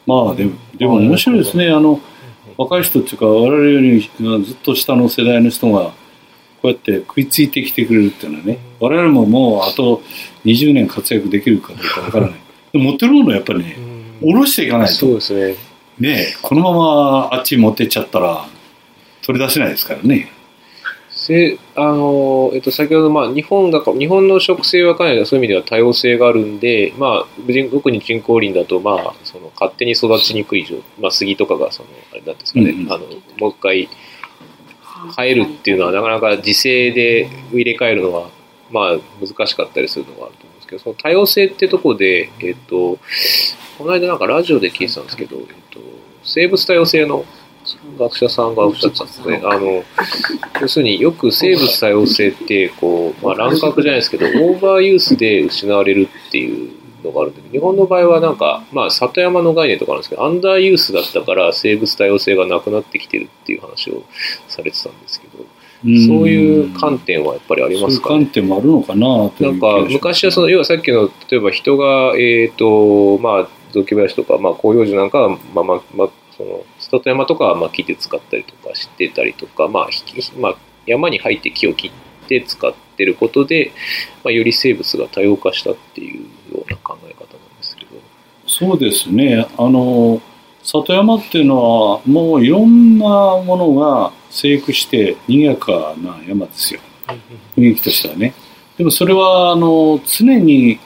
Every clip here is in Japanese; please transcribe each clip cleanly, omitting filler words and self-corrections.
まあでも面白いですね。若い人っていうか我々よりずっと下の世代の人がこうやって食いついてきてくれるっていうのはね、我々ももうあと20年活躍できるかどうかわからない。持ってるものはやっぱりね、下ろしていかないと。 そうですね。 ね、このままあっちに持ってっちゃったら取り出せないですからね。 先ほど、日本の植生はかなりそういう意味では多様性があるんで、特に人工林だと、その勝手に育ちにくい杉とかがあれなんですかね、もう一回変えるっていうのはなかなか自生で入れ替えるのは難しかったりするのがあると思うんですけど、その多様性ってところで、この間なんかラジオで聞いてたんですけど、生物多様性の学者さんがおっしゃってたんですね。要するによく生物多様性って乱獲じゃないですけどオーバーユースで失われるっていうのがあるんで、日本の場合はなんか、里山の概念とかあるんですけど、アンダーユースだったから生物多様性がなくなってきてるっていう話をされてたんですけど、そういう観点はやっぱりありますかね。 そういう観点もあるのかなという気がします。 なんか昔は要はさっきの例えば人が雑木林とか広葉樹なんかはその里山とかは木で使ったりとかしてたりとか、山に入って木を切って使ってることで、より生物が多様化したっていうような考え方なんですけど。 そうですね。里山っていうのはもういろんなものが生育して賑やかな山ですよ。雰囲気としてはね。でもそれは常に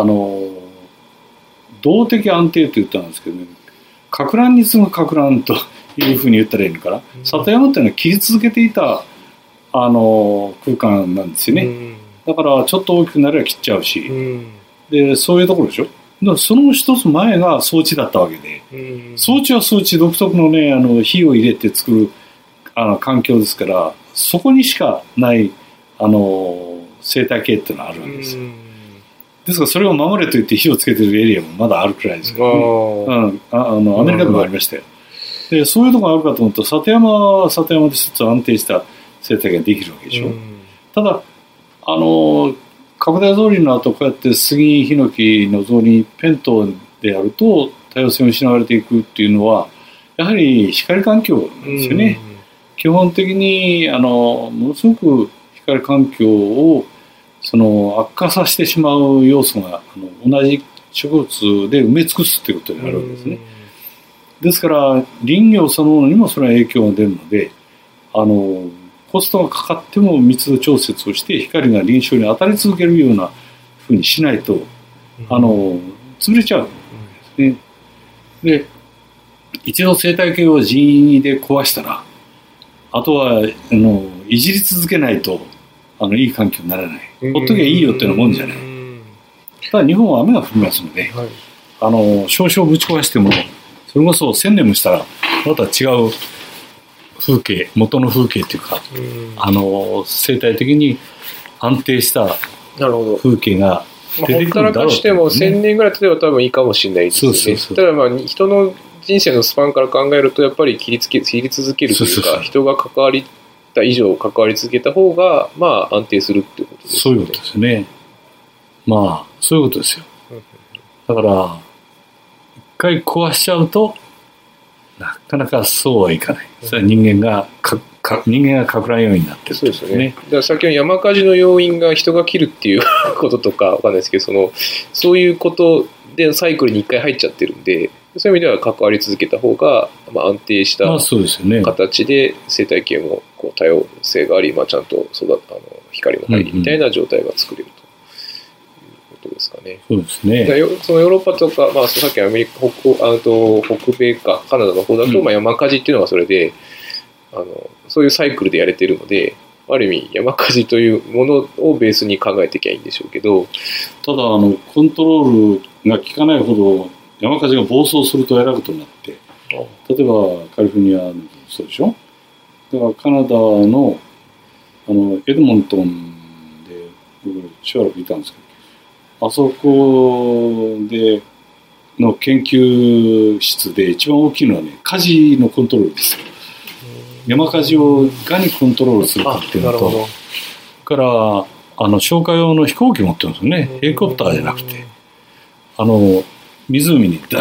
動的安定と言ったんですけどね。かく乱に次ぐかく乱というふうに言ったらいいのかな。里山っていうのは切り続けていた空間なんですよね。だからちょっと大きくなれば切っちゃうし、でそういうところでしょ。だからその一つ前が装置だったわけで、装置は装置独特のね火を入れて作る環境ですから、そこにしかない生態系っていうのはあるわけですよ。ですからそれを守れと言って火をつけてるエリアもまだあるくらいですからね。アメリカでもありましたよ。でそういうところがあるかと思うと、里山は里山で一つ安定した生態ができるわけでしょ。ただ拡大造林の後こうやって杉ヒノキの造林ペントでやると多様性を失われていくっていうのはやはり光環境なんですよね。基本的にものすごく光環境を悪化させてしまう要素が同じ植物で埋め尽くすということになるわけですね。ですから林業そのものにもそれは影響が出るので、コストがかかっても密度調節をして光が臨床に当たり続けるようなふうにしないと潰れちゃうんですね。で一度生態系を人為で壊したらあとはいじり続けないといい環境にならない。ほっときゃいいよっていうようなもんじゃない。ただ日本は雨が降りますので、少々ぶち壊してもそれこそ1000年もしたらまた違う風景、元の風景っていうか生態的に安定した風景が出てくるんだろうと、 ほったらかしても1000年ぐらい経てば多分いいかもしれないですね。ただ人の人生のスパンから考えるとやっぱり切り続けるというか、人が関わりた以上関わり続けた方が安定するっていうことですね。 そういうことですね。そういうことですよ。だから一回壊しちゃうとなかなかそうはいかない。それは人間がかく乱要因になってる、 そうですよね。だから先ほど山火事の要因が人が切るっていうこととかわかんないですけど、そういうことでサイクルに一回入っちゃってるんで、そういう意味では関わり続けた方が安定した形で生態系も多様性があり、ちゃんと光も入りみたいな状態が作れるということですかね。 そうですね。 そのヨーロッパとか、さっきアメリカ北米かカナダの方だと、山火事っていうのがそれでそういうサイクルでやれてるので、ある意味山火事というものをベースに考えていけばいいんでしょうけど、 ただコントロールが効かないほど山火事が暴走するとえらいことになって、例えばカリフォルニアのそうでしょ。だからカナダのエドモントンで僕しばらくいたんですけど、あそこでの研究室で一番大きいのはね、火事のコントロールですよ。山火事をいかにコントロールするかっていうのと、それから消火用の飛行機持ってるんですよね。ヘリコプターじゃなくて湖にダー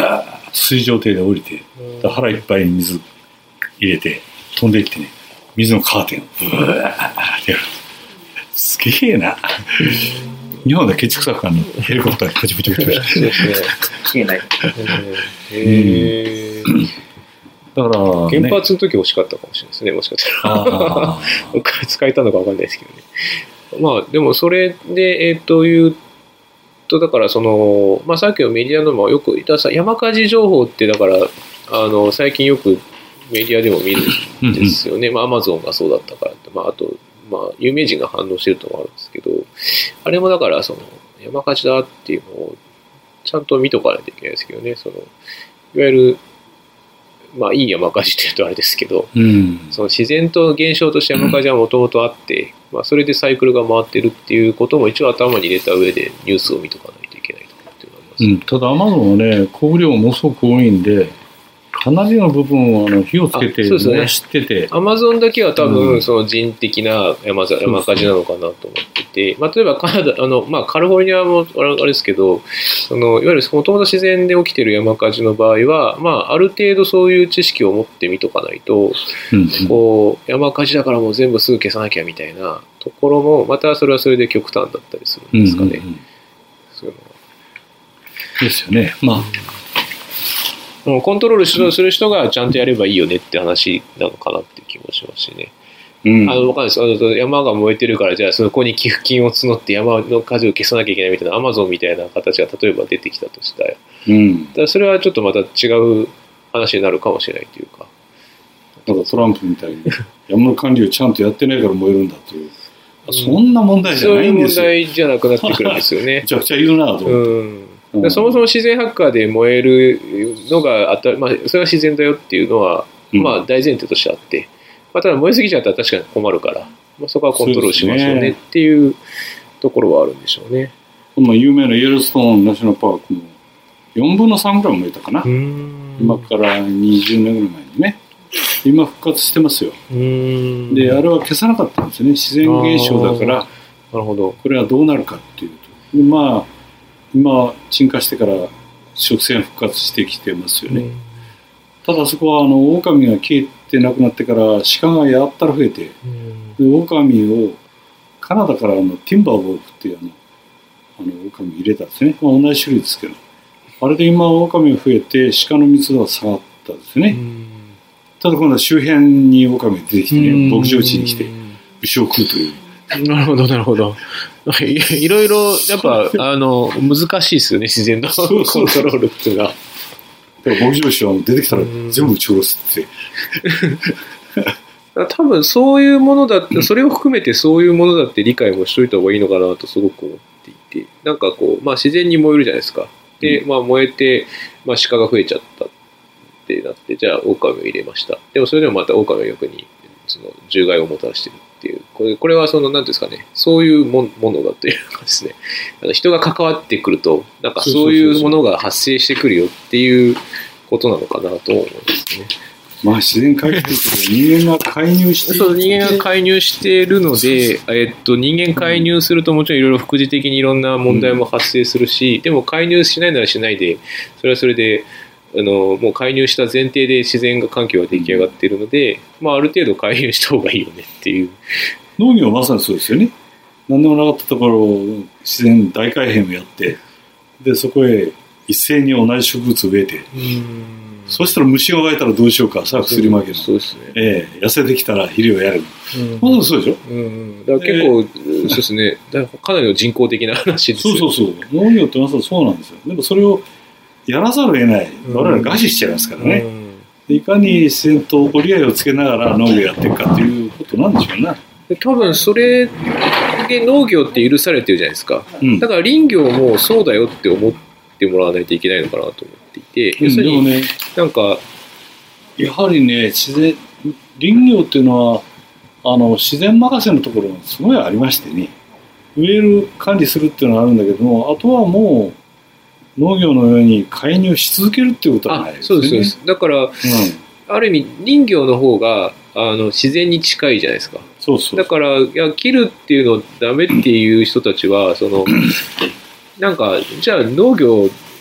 水上艇で降りて、腹いっぱいに水入れて飛んでいってね、水のカーテンをブワーってやる。すげえな。日本で建築作家のヘリコプターでパチパチパチパチ。そうですね。 消えない。 だから、 原発の時欲しかったかもしれないですね、もしかしたら。使えたのか分かんないですけどね。まあ、でもそれで、言うと、だからその、まあ、さっきのメディアのもよく言ったさ、山火事情報って、だから、最近よくメディアでも見るんですよね。まあ、アマゾンがそうだったからって、まあ、あと、まあ、有名人が反応してるともあるんですけど、あれもだから、その、山火事だっていうのを、ちゃんと見とかないといけないですけどね、その、いわゆる、まあ、いい山火事というとあれですけど、その自然と現象として山火事はもともとあって、まあ、それでサイクルが回ってるっていうことも一応頭に入れた上でニュースを見とかないといけないとかっていうのがあります。 ただアマゾンはね、降雨量もすごく多いんで、かなりの部分を火をつけて燃やしてて、 アマゾンだけは多分その人的な山火事なのかなと思ってて、まあ、例えばカナダまあ、カリフォルニアもあれですけど、そのいわゆるもともと自然で起きている山火事の場合は、まあ、ある程度そういう知識を持ってみとかないと、こう山火事だからもう全部すぐ消さなきゃみたいなところもまたそれはそれで極端だったりするんですかね。そういうのはですよね。まあコントロールする人がちゃんとやればいいよねって話なのかなっていう気もしますしね。わかんないです。山が燃えてるからじゃあそこに寄付金を募って山の火事を消さなきゃいけないみたいなアマゾンみたいな形が例えば出てきたとしたら、だからそれはちょっとまた違う話になるかもしれないというか。 だからトランプみたいに山の管理をちゃんとやってないから燃えるんだという、そんな問題じゃないんですよ。 そういう問題じゃなくなってくるんですよね。 めちゃくちゃ言うなと思って。 そもそも自然発火で燃えるのがまあ、それは自然だよっていうのは、まあ、大前提としてあって、まあ、ただ燃えすぎちゃったら確かに困るから、まあ、そこはコントロールしましょうねっていうところはあるんでしょうね。 まあ、有名なイエローストーンナショナルパークも4分の3ぐらい燃えたかな。今から20年ぐらい前にね。今復活してますよ。で、あれは消さなかったんですよね。自然現象だから、 なるほど。 これはどうなるかっていうと。でまあ今沈下してから植生復活してきてますよね。ただそこは狼が消えてなくなってから鹿がやったら増えて、で狼をカナダからティンバーウォルフっていう狼入れたんですね。まあ、同じ種類ですけど、あれで今狼が増えて鹿の密度が下がったんですよね。ただ今度は周辺に狼が出てきてね、牧場地に来て牛を食うという。 なるほどなるほど。いろいろやっぱ難しいですよね、自然のコントロールっていうのは。 だから牧場主は出てきたら全部撃ち殺すって。 多分そういうものだって、それを含めてそういうものだって理解もしといた方がいいのかなとすごく思っていて、なんかこう、まあ、自然に燃えるじゃないですか。で、まあ、燃えて、まあ、鹿が増えちゃったってなって、じゃあ狼を入れました。でもそれでもまた狼は逆にその獣害をもたらしてるっていう、これはその何ですかね、そういうものだというかですね、人が関わってくるとなんかそういうものが発生してくるよっていうことなのかなと思いますね。 まあ自然回復する人間が介入してそう、人間が介入しているので、人間介入するともちろんいろいろ副次的にいろんな問題も発生するし、でも介入しないならしないで、それはそれでもう介入した前提で自然環境が出来上がっているので、まあ、ある程度介入した方がいいよねっていう。 農業はまさにそうですよね。何でもなかったところを自然大改変をやって、でそこへ一斉に同じ植物を植えて、そうしたら虫が湧いたらどうしようか、さあ薬まける。 そうですね。 痩せてきたら肥料やる。まだそうでしょ。 だから結構、そうですね。だからかなりの人工的な話ですよね。 そう農業ってまさにそうなんですよ。でもそれをやらざるを得ない。我々餓死しちゃいますからね。いかに自然と折り合いをつけながら農業やっていくかということなんでしょうね。 多分それで農業って許されてるじゃないですか。だから林業もそうだよって思ってもらわないといけないのかなと思っていて、要するにね、なんかやはりね、林業っていうのは自然任せのところがすごいありましてね、植える管理するっていうのはあるんだけども、あとはもう農業のように介入し続けるっていうことはないですね。 そうです。だから、ある意味林業の方が自然に近いじゃないですか。だから切るっていうのダメっていう人たちはなんかじゃあ農業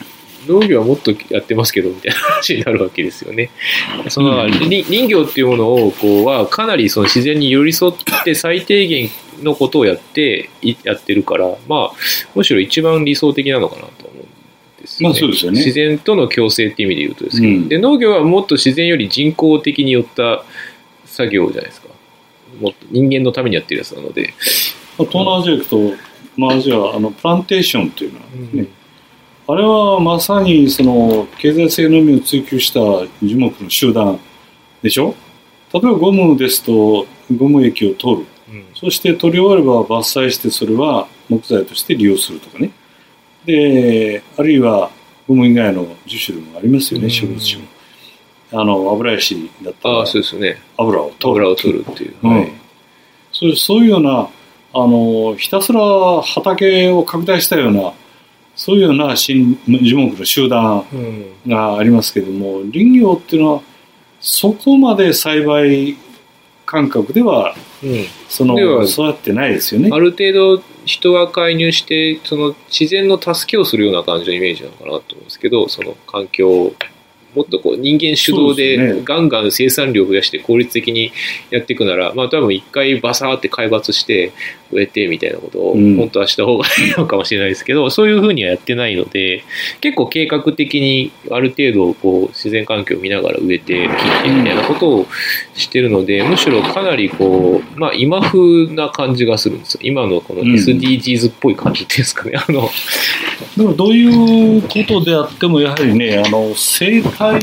農業はもっとやってますけどみたいな話になるわけですよね。その林業っていうものをはかなりその自然に寄り添って最低限のことをやってるから、まあ、むしろ一番理想的なのかなと思うんですよね。 そうですよね。 自然との共生っていう意味で言うとですけど、で農業はもっと自然より人工的によった作業じゃないですか。もっと人間のためにやってるやつなので。 東南アジア行くと、アジアプランテーションというのはね、あれはまさにその経済性のみを追求した樹木の集団でしょ。例えばゴムですとゴム液を取る、そして取り終われば伐採してそれは木材として利用するとかね。であるいはゴム以外の10種類もありますよね、植物種も。油石だったらそうですね、 油を取るっていう、 そういうようなひたすら畑を拡大したようなそういうような樹木の集団がありますけれども、林業っていうのはそこまで栽培感覚では、育ってないですよね。 ある程度人が介入してその自然の助けをするような感じのイメージなのかなと思うんですけど、その環境をもっとこう人間主導でガンガン生産量を増やして効率的にやっていくなら、まあ多分一回バサーって海抜して植えてみたいなことを本当はした方がいいのかもしれないですけど、そういうふうにはやってないので、結構計画的にある程度こう自然環境を見ながら植えて切ってみたいなことをしてるので、むしろかなりこう、まあ今風な感じがするんですよ。今のこの SDGs っぽい感じっていうんですかね。 でもどういうことであってもやはりね、生態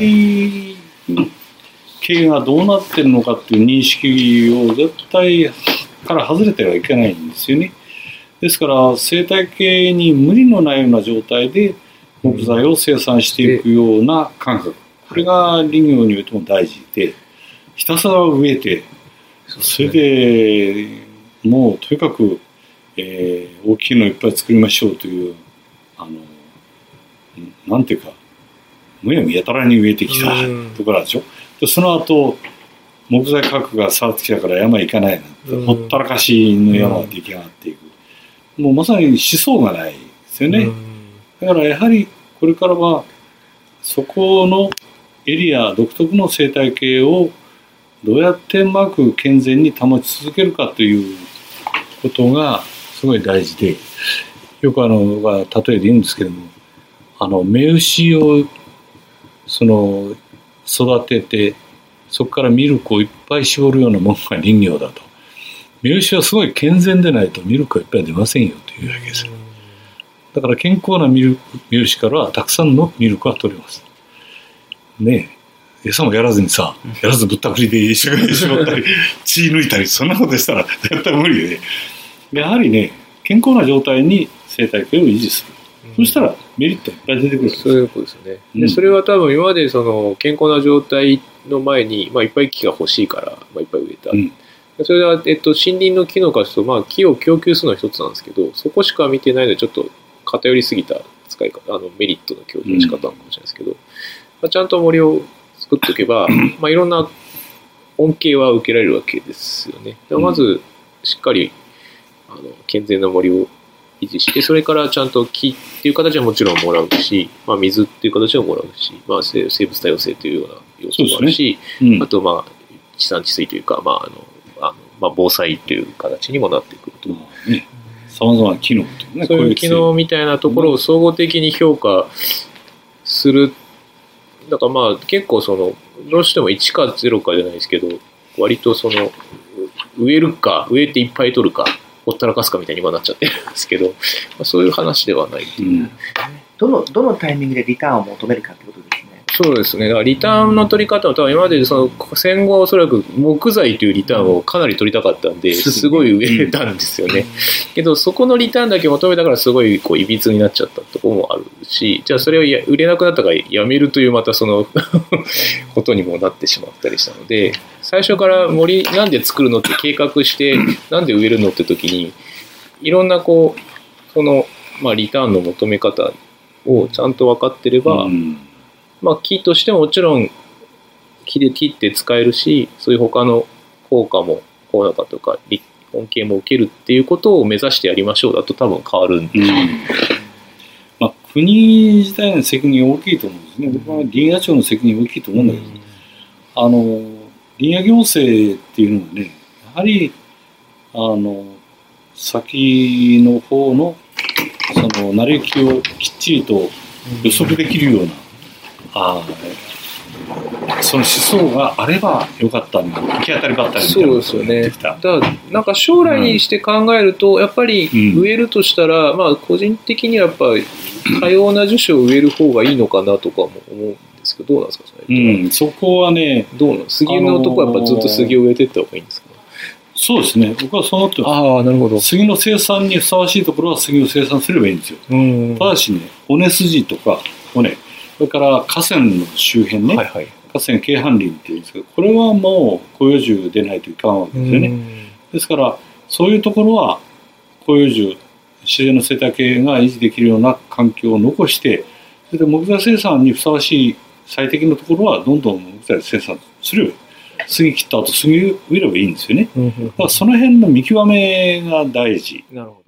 系がどうなってるのかっていう認識を絶対から外れてはいけないんですよね。ですから生態系に無理のないような状態で木材を生産していくような感覚、これが林業においても大事で、ひたすら植えてそれでもうとにかく、大きいのいっぱい作りましょうというなんていうかむやみやたらに植えてきたところでしょ。でその後木材価格が下がってきたから山行かないなんてほったらかしの山が出来上がっていく、もうまさに思想がないですよね。だからやはりこれからはそこのエリア独特の生態系をどうやってうまく健全に保ち続けるかということがすごい大事で、よく例えで言うんですけども、雌牛を育ててそこからミルクをいっぱい絞るようなものが林業だと。雌牛はすごい健全でないとミルクがいっぱい出ませんよというわけです。だから健康な雌牛からはたくさんのミルクが取れますね。餌もやらずにさ、やらずぶったくりで一生懸命絞ったり血抜いたりそんなことしたら絶対無理で、やはりね健康な状態に生態系を維持する、そしたらメリットいっぱい出てくる。 そういうことですよね。でそれは多分今までその健康な状態の前に、いっぱい木が欲しいから、いっぱい植えた、それは、森林の機能からすると、木を供給するのは一つなんですけど、そこしか見てないのでちょっと偏りすぎた使い方、メリットの強調の仕方なのかもしれないですけど、ちゃんと森を作っておけば、いろんな恩恵は受けられるわけですよね。まずしっかり健全な森を維持して、それからちゃんと木っていう形はもちろんもらうし、水っていう形はもらうし、生物多様性というような要素もあるし、あと地産地水というか、防災という形にもなってくると。 さまざまな機能というね、 そういう機能みたいなところを総合的に評価する。だから結構どうしても1か0かじゃないですけど、割と植えていっぱい取るかほったらかすかみたいに今なっちゃってるんですけど、そういう話ではないという、 どのタイミングでリターンを求めるかってことですね。 そうですね。だからリターンの取り方は多分今まで戦後はおそらく木材というリターンをかなり取りたかったんですごい植えたんですよね。けどそこのリターンだけ求めたからすごいいびつになっちゃったところもあるし、じゃあそれを売れなくなったからやめるというまたことにもなってしまったりしたので、最初から森なんで作るのって計画してなんで植えるのって時にいろんなリターンの求め方をちゃんと分かってれば、木としてももちろん木で切って使えるし、そういう他の効果も効果とか恩恵も受けるっていうことを目指してやりましょうだと多分変わるんでしょう。 国自体の責任大きいと思うんですね。僕は林野庁の責任大きいと思うんだけど、林野行政っていうのはね、やはり先の方のその成り行きをきっちりと予測できるような、その思想があればよかったんだ、行き当たりばったりみたいなことをやってきた。 だからなんか将来にして考えると、やっぱり植えるとしたら、まあ個人的にはやっぱり多様な樹種を植える方がいいのかなとかも思うんですけど、どうなんですかそれ、 そこはね、 どうなん杉のとこはやっぱずっと杉を植えていった方がいいんですか？ そうですね、僕はそう思ってます。 なるほど。 杉の生産にふさわしいところは杉を生産すればいいんですよ。ただしね、尾根筋とか尾根、それから河川の周辺ね、河川京阪林っていうんですけど、これはもう広葉樹でないといかんわけですよね。ですからそういうところは広葉樹、自然の生態系が維持できるような環境を残して、それで木材生産にふさわしい最適なところはどんどん木材生産する。杉切った後杉植えればいいんですよね。だからその辺の見極めが大事。 なるほど。